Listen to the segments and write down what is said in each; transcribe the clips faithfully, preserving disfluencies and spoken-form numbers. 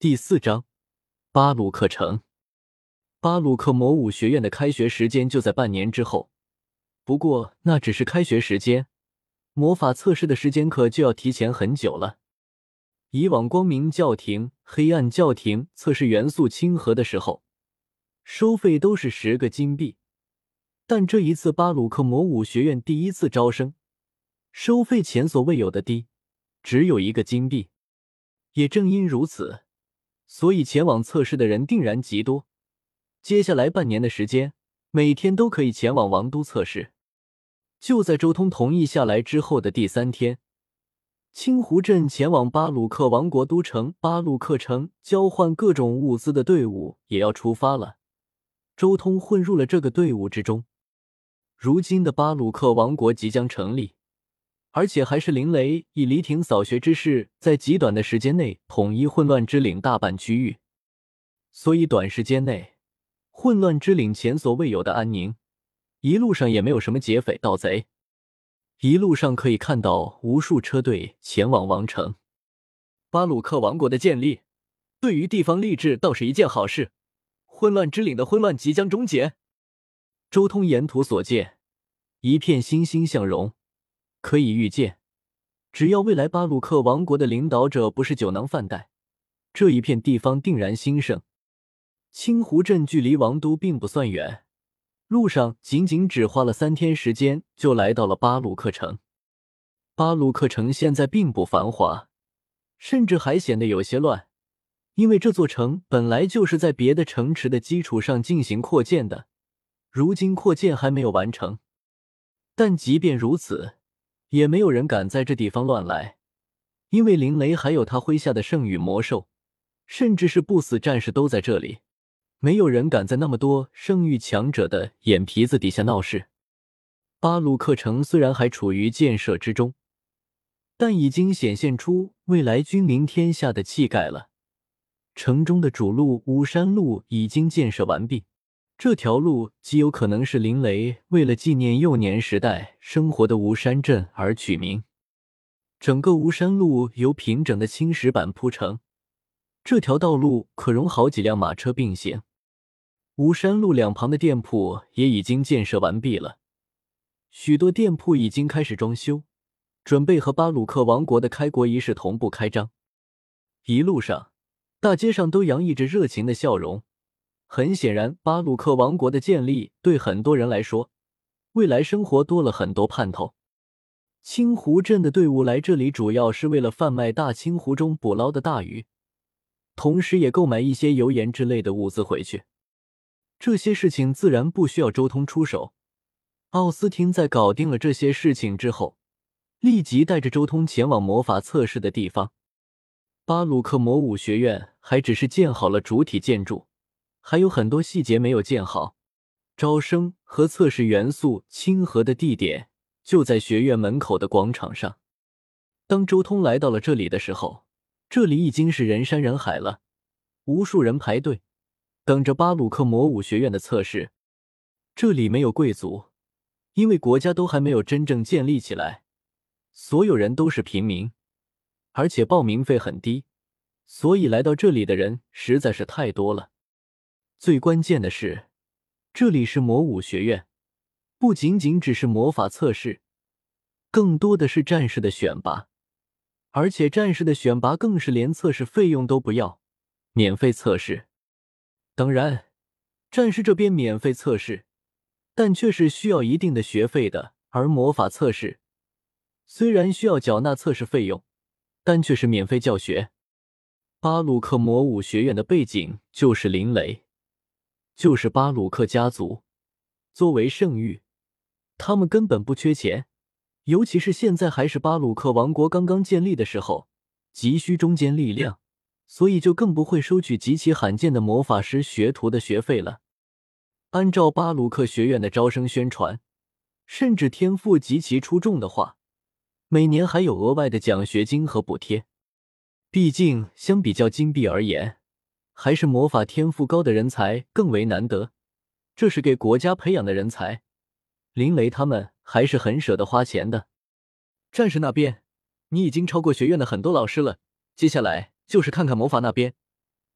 第四章，巴鲁克城。巴鲁克魔武学院的开学时间就在半年之后，不过那只是开学时间，魔法测试的时间可就要提前很久了。以往光明教廷、黑暗教廷测试元素亲和的时候，收费都是十个金币，但这一次巴鲁克魔武学院第一次招生，收费前所未有的低，只有一个金币。也正因如此，所以前往测试的人定然极多。接下来半年的时间，每天都可以前往王都测试。就在周通同意下来之后的第三天，青湖镇前往巴鲁克王国都城巴鲁克城交换各种物资的队伍也要出发了。周通混入了这个队伍之中。如今的巴鲁克王国即将成立，而且还是林雷以离庭扫学之势，在极短的时间内统一混乱之岭大半区域。所以短时间内，混乱之岭前所未有的安宁，一路上也没有什么劫匪盗贼。一路上可以看到无数车队前往王城。巴鲁克王国的建立，对于地方吏治倒是一件好事。混乱之岭的混乱即将终结。周通沿途所见，一片欣欣向荣。可以预见，只要未来巴鲁克王国的领导者不是酒囊饭袋，这一片地方定然兴盛。青湖镇距离王都并不算远，路上仅仅只花了三天时间就来到了巴鲁克城。巴鲁克城现在并不繁华，甚至还显得有些乱，因为这座城本来就是在别的城池的基础上进行扩建的，如今扩建还没有完成。但即便如此，也没有人敢在这地方乱来，因为林雷还有他麾下的圣域魔兽，甚至是不死战士都在这里，没有人敢在那么多圣域强者的眼皮子底下闹事。巴鲁克城虽然还处于建设之中，但已经显现出未来君临天下的气概了。城中的主路巫山路已经建设完毕，这条路极有可能是林雷为了纪念幼年时代生活的巫山镇而取名。整个巫山路由平整的青石板铺成，这条道路可容好几辆马车并行。巫山路两旁的店铺也已经建设完毕了，许多店铺已经开始装修，准备和巴鲁克王国的开国仪式同步开张。一路上，大街上都洋溢着热情的笑容。很显然，巴鲁克王国的建立对很多人来说，未来生活多了很多盼头。青湖镇的队伍来这里主要是为了贩卖大青湖中捕捞的大鱼，同时也购买一些油盐之类的物资回去。这些事情自然不需要周通出手。奥斯汀在搞定了这些事情之后，立即带着周通前往魔法测试的地方。巴鲁克魔武学院还只是建好了主体建筑，还有很多细节没有建好。招生和测试元素亲和的地点就在学院门口的广场上。当周通来到了这里的时候，这里已经是人山人海了，无数人排队等着巴鲁克魔武学院的测试。这里没有贵族，因为国家都还没有真正建立起来，所有人都是平民，而且报名费很低，所以来到这里的人实在是太多了。最关键的是，这里是魔武学院，不仅仅只是魔法测试，更多的是战士的选拔，而且战士的选拔更是连测试费用都不要，免费测试。当然，战士这边免费测试，但却是需要一定的学费的，而魔法测试虽然需要缴纳测试费用，但却是免费教学。巴鲁克魔武学院的背景就是林雷，就是巴鲁克家族。作为圣域，他们根本不缺钱，尤其是现在还是巴鲁克王国刚刚建立的时候，急需中坚力量，所以就更不会收取极其罕见的魔法师学徒的学费了。按照巴鲁克学院的招生宣传，甚至天赋极其出众的话，每年还有额外的奖学金和补贴。毕竟相比较金币而言，还是魔法天赋高的人才更为难得，这是给国家培养的人才，林雷他们还是很舍得花钱的。战士那边，你已经超过学院的很多老师了，接下来就是看看魔法那边，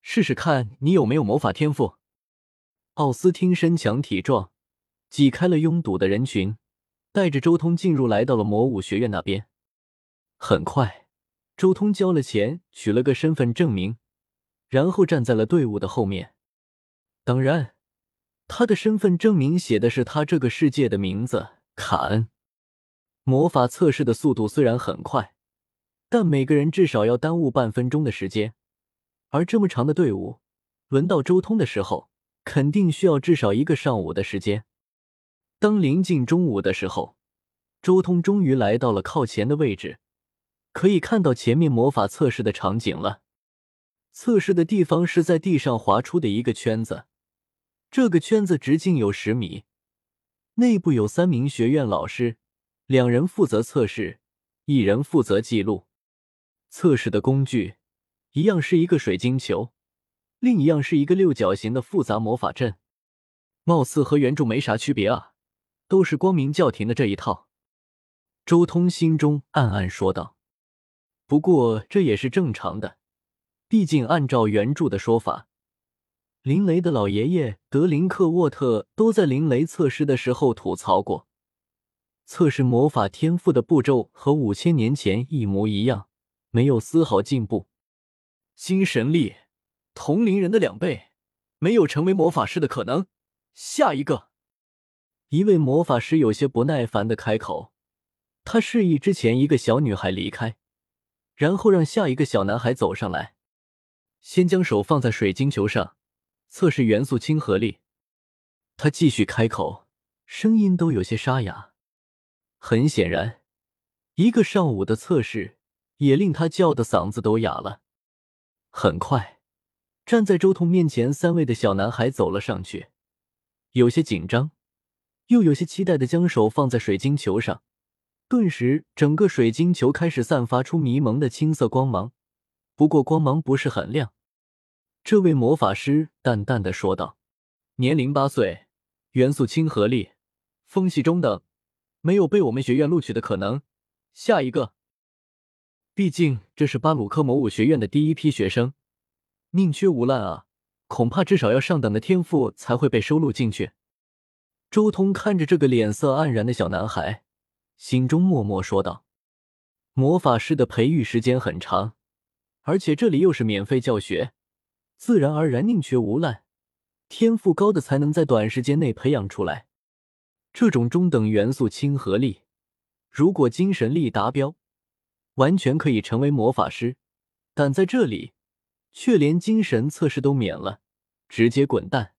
试试看你有没有魔法天赋。奥斯汀身强体壮，挤开了拥堵的人群，带着周通进入来到了魔武学院那边。很快，周通交了钱，取了个身份证明，然后站在了队伍的后面。当然，他的身份证明写的是他这个世界的名字——卡恩。魔法测试的速度虽然很快，但每个人至少要耽误半分钟的时间，而这么长的队伍，轮到周通的时候，肯定需要至少一个上午的时间。当临近中午的时候，周通终于来到了靠前的位置，可以看到前面魔法测试的场景了。测试的地方是在地上划出的一个圈子，这个圈子直径有十米，内部有三名学院老师，两人负责测试，一人负责记录。测试的工具一样是一个水晶球，另一样是一个六角形的复杂魔法阵，貌似和原著没啥区别啊，都是光明教廷的这一套。周通心中暗暗说道。不过这也是正常的，毕竟按照原著的说法，林雷的老爷爷德林克沃特都在林雷测试的时候吐槽过，测试魔法天赋的步骤和五千年前一模一样，没有丝毫进步。精神力，同龄人的两倍，没有成为魔法师的可能。下一个。一位魔法师有些不耐烦地开口，他示意之前一个小女孩离开，然后让下一个小男孩走上来，先将手放在水晶球上，测试元素亲和力。他继续开口，声音都有些沙哑。很显然，一个上午的测试也令他叫的嗓子都哑了。很快，站在周通面前三位的小男孩走了上去，有些紧张，又有些期待地将手放在水晶球上。顿时，整个水晶球开始散发出迷蒙的青色光芒，不过光芒不是很亮。这位魔法师淡淡地说道：“年龄八岁，元素亲和力，风系中等，没有被我们学院录取的可能。下一个。”毕竟这是巴鲁克魔武学院的第一批学生，宁缺毋滥啊，恐怕至少要上等的天赋才会被收录进去。周通看着这个脸色黯然的小男孩，心中默默说道：魔法师的培育时间很长，而且这里又是免费教学，自然而然宁缺毋滥，天赋高的才能在短时间内培养出来。这种中等元素亲和力，如果精神力达标，完全可以成为魔法师，但在这里却连精神测试都免了，直接滚蛋。